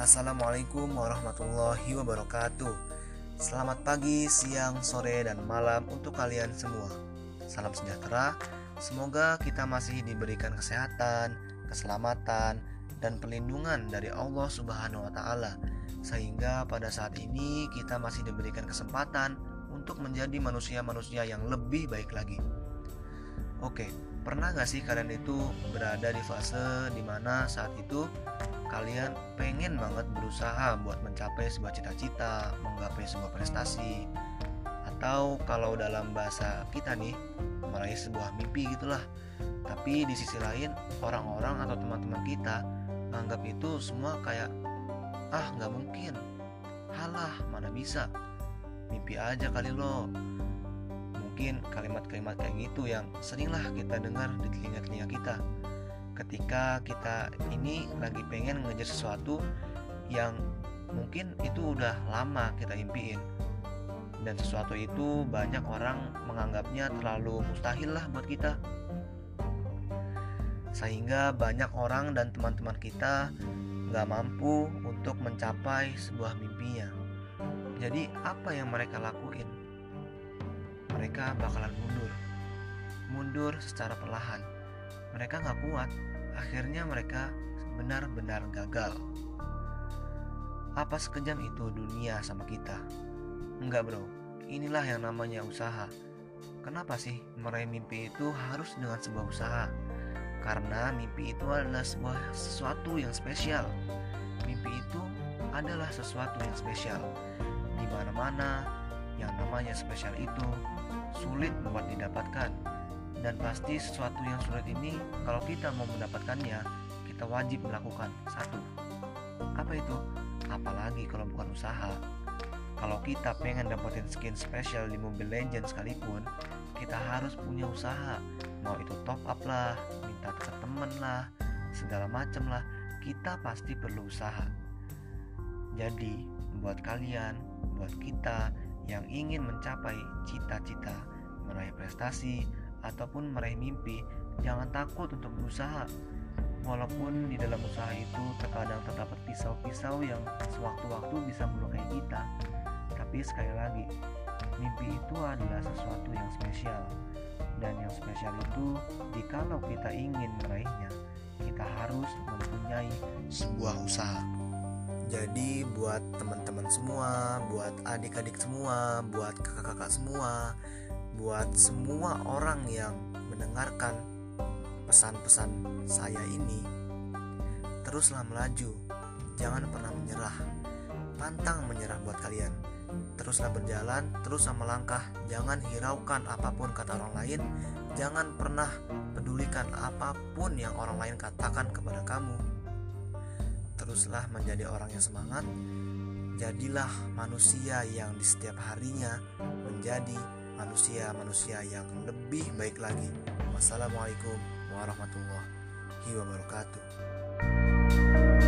Assalamualaikum warahmatullahi wabarakatuh. Selamat pagi, siang, sore, dan malam untuk kalian semua. Salam sejahtera. Semoga kita masih diberikan kesehatan, keselamatan, dan perlindungan dari Allah Subhanahu wa Ta'ala, sehingga pada saat ini kita masih diberikan kesempatan untuk menjadi manusia-manusia yang lebih baik lagi. Oke, pernah gak sih kalian itu berada di fase dimana saat itu kalian pengen banget berusaha buat mencapai sebuah cita-cita, menggapai sebuah prestasi, atau kalau dalam bahasa kita nih, meraih sebuah mimpi gitulah. Tapi di sisi lain, orang-orang atau teman-teman kita menganggap itu semua kayak, gak mungkin, halah mana bisa, mimpi aja kali lo. Mungkin kalimat-kalimat kayak gitu yang seringlah kita dengar di telinga-telinga kita ketika kita ini lagi pengen ngejar sesuatu yang mungkin itu udah lama kita impiin, dan sesuatu itu banyak orang menganggapnya terlalu mustahil lah buat kita, sehingga banyak orang dan teman-teman kita gak mampu untuk mencapai sebuah mimpinya. Jadi apa yang mereka lakuin? Mereka bakalan mundur secara perlahan. Mereka gak kuat, akhirnya mereka benar-benar gagal. Apa sekejam itu dunia sama kita? Enggak bro, inilah yang namanya usaha. Kenapa sih meraih mimpi itu harus dengan sebuah usaha? Karena mimpi itu adalah sesuatu yang spesial. Mimpi itu adalah sesuatu yang spesial. Di mana-mana yang namanya spesial itu sulit buat didapatkan. Dan pasti sesuatu yang sulit ini, kalau kita mau mendapatkannya, kita wajib melakukan satu. Apa itu? Apalagi kalau bukan usaha. Kalau kita pengen dapetin skin spesial di Mobile Legends sekalipun, kita harus punya usaha. Mau itu top up lah, minta ke temen lah, segala macem lah, kita pasti perlu usaha. Jadi, buat kalian, buat kita yang ingin mencapai cita-cita, meraih prestasi, ataupun meraih mimpi, jangan takut untuk berusaha. Walaupun di dalam usaha itu terkadang terdapat pisau-pisau yang sewaktu-waktu bisa melukai kita, tapi sekali lagi, mimpi itu adalah sesuatu yang spesial. Dan yang spesial itu, jikalau kita ingin meraihnya, kita harus mempunyai sebuah usaha. Jadi buat teman-teman semua, buat adik-adik semua, buat kakak-kakak semua, buat semua orang yang mendengarkan pesan-pesan saya ini, teruslah melaju, jangan pernah menyerah. Pantang menyerah buat kalian. Teruslah berjalan, teruslah melangkah, jangan hiraukan apapun kata orang lain, jangan pernah pedulikan apapun yang orang lain katakan kepada kamu. Teruslah menjadi orang yang semangat. Jadilah manusia yang di setiap harinya menjadi manusia yang lebih baik lagi. Wassalamualaikum warahmatullahi wabarakatuh.